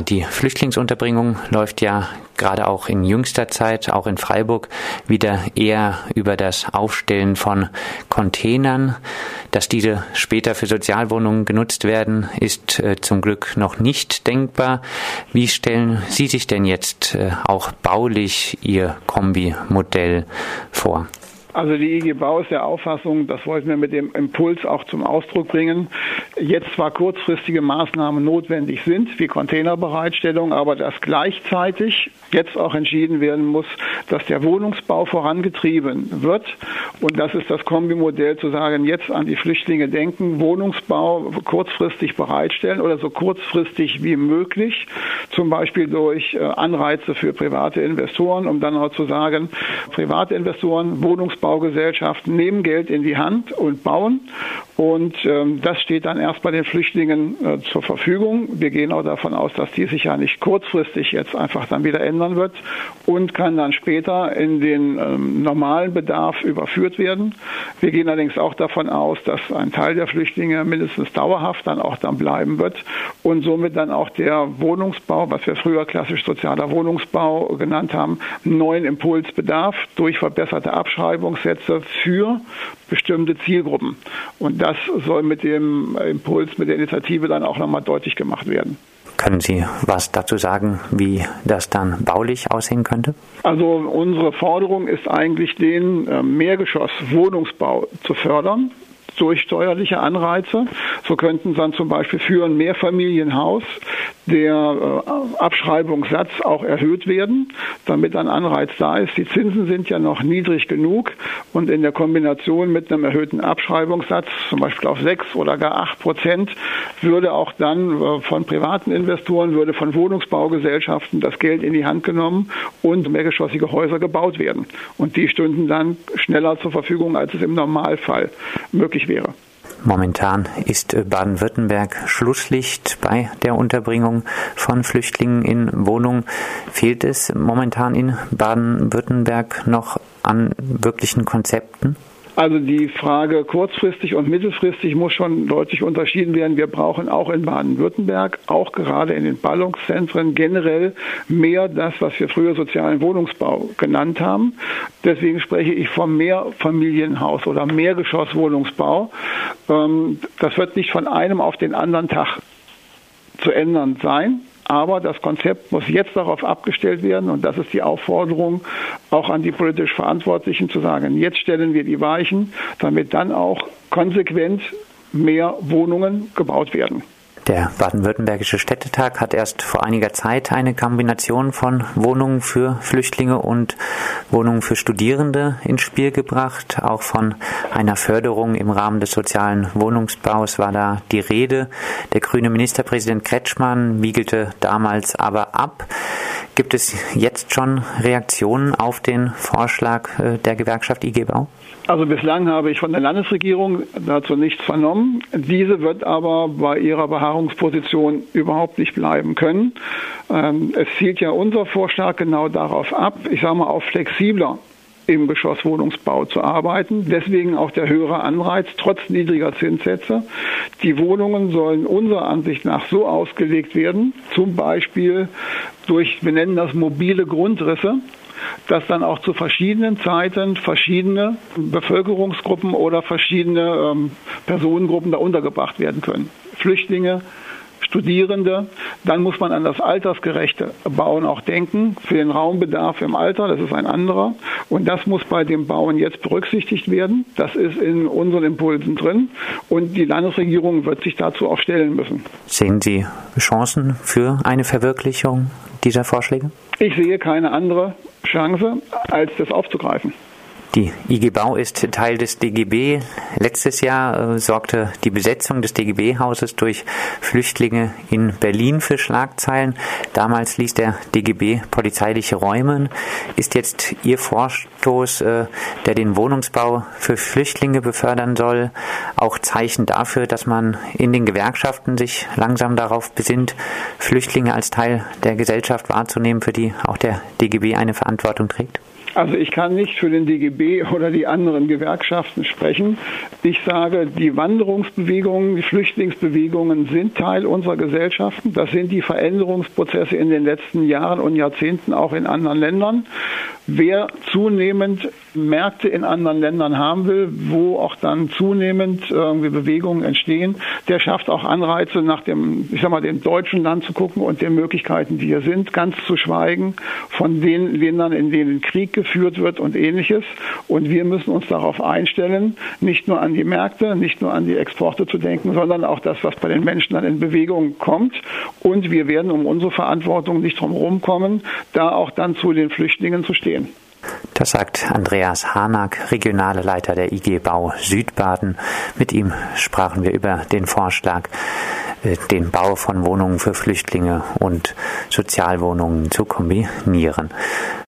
die Flüchtlingsunterbringung läuft ja gerade auch in jüngster Zeit, auch in Freiburg, wieder eher über das Aufstellen von Containern. Dass diese später für Sozialwohnungen genutzt werden, ist zum Glück noch nicht denkbar. Wie stellen Sie sich denn jetzt auch baulich Ihr Kombi-Modell vor? Also die IG Bau ist der Auffassung, das wollten wir mit dem Impuls auch zum Ausdruck bringen, jetzt zwar kurzfristige Maßnahmen notwendig sind, wie Containerbereitstellung, aber dass gleichzeitig jetzt auch entschieden werden muss, dass der Wohnungsbau vorangetrieben wird. Und das ist das Kombimodell, zu sagen, jetzt an die Flüchtlinge denken, Wohnungsbau kurzfristig bereitstellen oder so kurzfristig wie möglich, zum Beispiel durch Anreize für private Investoren, um dann auch zu sagen, private Investoren, Wohnungsbaugesellschaften nehmen Geld in die Hand und bauen. Und das steht dann erst bei den Flüchtlingen zur Verfügung. Wir gehen auch davon aus, dass die sich ja nicht kurzfristig jetzt einfach dann wieder ändern wird und kann dann später in den normalen Bedarf überführt werden. Wir gehen allerdings auch davon aus, dass ein Teil der Flüchtlinge mindestens dauerhaft dann auch dann bleiben wird und somit dann auch der Wohnungsbau, was wir früher klassisch sozialer Wohnungsbau genannt haben, einen neuen Impuls bedarf durch verbesserte Abschreibungssätze für bestimmte Zielgruppen. Und das soll mit dem Impuls, mit der Initiative dann auch nochmal deutlich gemacht werden. Können Sie was dazu sagen, wie das dann baulich aussehen könnte? Also unsere Forderung ist eigentlich, den Mehrgeschoss-Wohnungsbau zu fördern durch steuerliche Anreize. So könnten dann zum Beispiel für ein Mehrfamilienhaus der Abschreibungssatz auch erhöht werden, damit ein Anreiz da ist. Die Zinsen sind ja noch niedrig genug und in der Kombination mit einem erhöhten Abschreibungssatz, zum Beispiel auf 6 oder gar 8%, würde auch dann von privaten Investoren, würde von Wohnungsbaugesellschaften das Geld in die Hand genommen und mehrgeschossige Häuser gebaut werden. Und die stünden dann schneller zur Verfügung, als es im Normalfall möglich wäre. Momentan ist Baden-Württemberg Schlusslicht bei der Unterbringung von Flüchtlingen in Wohnungen. Fehlt es momentan in Baden-Württemberg noch an wirklichen Konzepten? Also die Frage kurzfristig und mittelfristig muss schon deutlich unterschieden werden. Wir brauchen auch in Baden-Württemberg, auch gerade in den Ballungszentren generell mehr das, was wir früher sozialen Wohnungsbau genannt haben. Deswegen spreche ich vom Mehrfamilienhaus oder Mehrgeschosswohnungsbau. Das wird nicht von einem auf den anderen Tag zu ändern sein. Aber das Konzept muss jetzt darauf abgestellt werden und das ist die Aufforderung auch an die politisch Verantwortlichen zu sagen, jetzt stellen wir die Weichen, damit dann auch konsequent mehr Wohnungen gebaut werden. Der Baden-Württembergische Städtetag hat erst vor einiger Zeit eine Kombination von Wohnungen für Flüchtlinge und Wohnungen für Studierende ins Spiel gebracht. Auch von einer Förderung im Rahmen des sozialen Wohnungsbaus war da die Rede. Der grüne Ministerpräsident Kretschmann wiegelte damals aber ab. Gibt es jetzt schon Reaktionen auf den Vorschlag der Gewerkschaft IG Bau? Also bislang habe ich von der Landesregierung dazu nichts vernommen. Diese wird aber bei ihrer Beharrungsposition überhaupt nicht bleiben können. Es zielt ja unser Vorschlag genau darauf ab, ich sage mal, auf flexibler im Geschosswohnungsbau zu arbeiten. Deswegen auch der höhere Anreiz, trotz niedriger Zinssätze. Die Wohnungen sollen unserer Ansicht nach so ausgelegt werden, zum Beispiel durch, wir nennen das mobile Grundrisse, dass dann auch zu verschiedenen Zeiten verschiedene Bevölkerungsgruppen oder verschiedene Personengruppen da untergebracht werden können. Flüchtlinge, Studierende, dann muss man an das altersgerechte Bauen auch denken, für den Raumbedarf im Alter, das ist ein anderer. Und das muss bei dem Bauen jetzt berücksichtigt werden. Das ist in unseren Impulsen drin und die Landesregierung wird sich dazu auch stellen müssen. Sehen Sie Chancen für eine Verwirklichung dieser Vorschläge? Ich sehe keine andere Chance, als das aufzugreifen. Die IG Bau ist Teil des DGB. Letztes Jahr sorgte die Besetzung des DGB-Hauses durch Flüchtlinge in Berlin für Schlagzeilen. Damals ließ der DGB polizeiliche räumen. Ist jetzt Ihr Vorstoß, der den Wohnungsbau für Flüchtlinge befördern soll, auch Zeichen dafür, dass man in den Gewerkschaften sich langsam darauf besinnt, Flüchtlinge als Teil der Gesellschaft wahrzunehmen, für die auch der DGB eine Verantwortung trägt? Also ich kann nicht für den DGB oder die anderen Gewerkschaften sprechen. Ich sage, die Wanderungsbewegungen, die Flüchtlingsbewegungen sind Teil unserer Gesellschaften. Das sind die Veränderungsprozesse in den letzten Jahren und Jahrzehnten auch in anderen Ländern. Wer zunehmend Märkte in anderen Ländern haben will, wo auch dann zunehmend irgendwie Bewegungen entstehen, der schafft auch Anreize, nach dem deutschen Land zu gucken und den Möglichkeiten, die hier sind, ganz zu schweigen von den Ländern, in denen Krieg geführt wird und Ähnliches. Und wir müssen uns darauf einstellen, nicht nur an die Märkte, nicht nur an die Exporte zu denken, sondern auch das, was bei den Menschen dann in Bewegung kommt. Und wir werden um unsere Verantwortung nicht drum herum kommen, da auch dann zu den Flüchtlingen zu stehen. Das sagt Andreas Harnack, regionaler Leiter der IG Bau Südbaden. Mit ihm sprachen wir über den Vorschlag, den Bau von Wohnungen für Flüchtlinge und Sozialwohnungen zu kombinieren.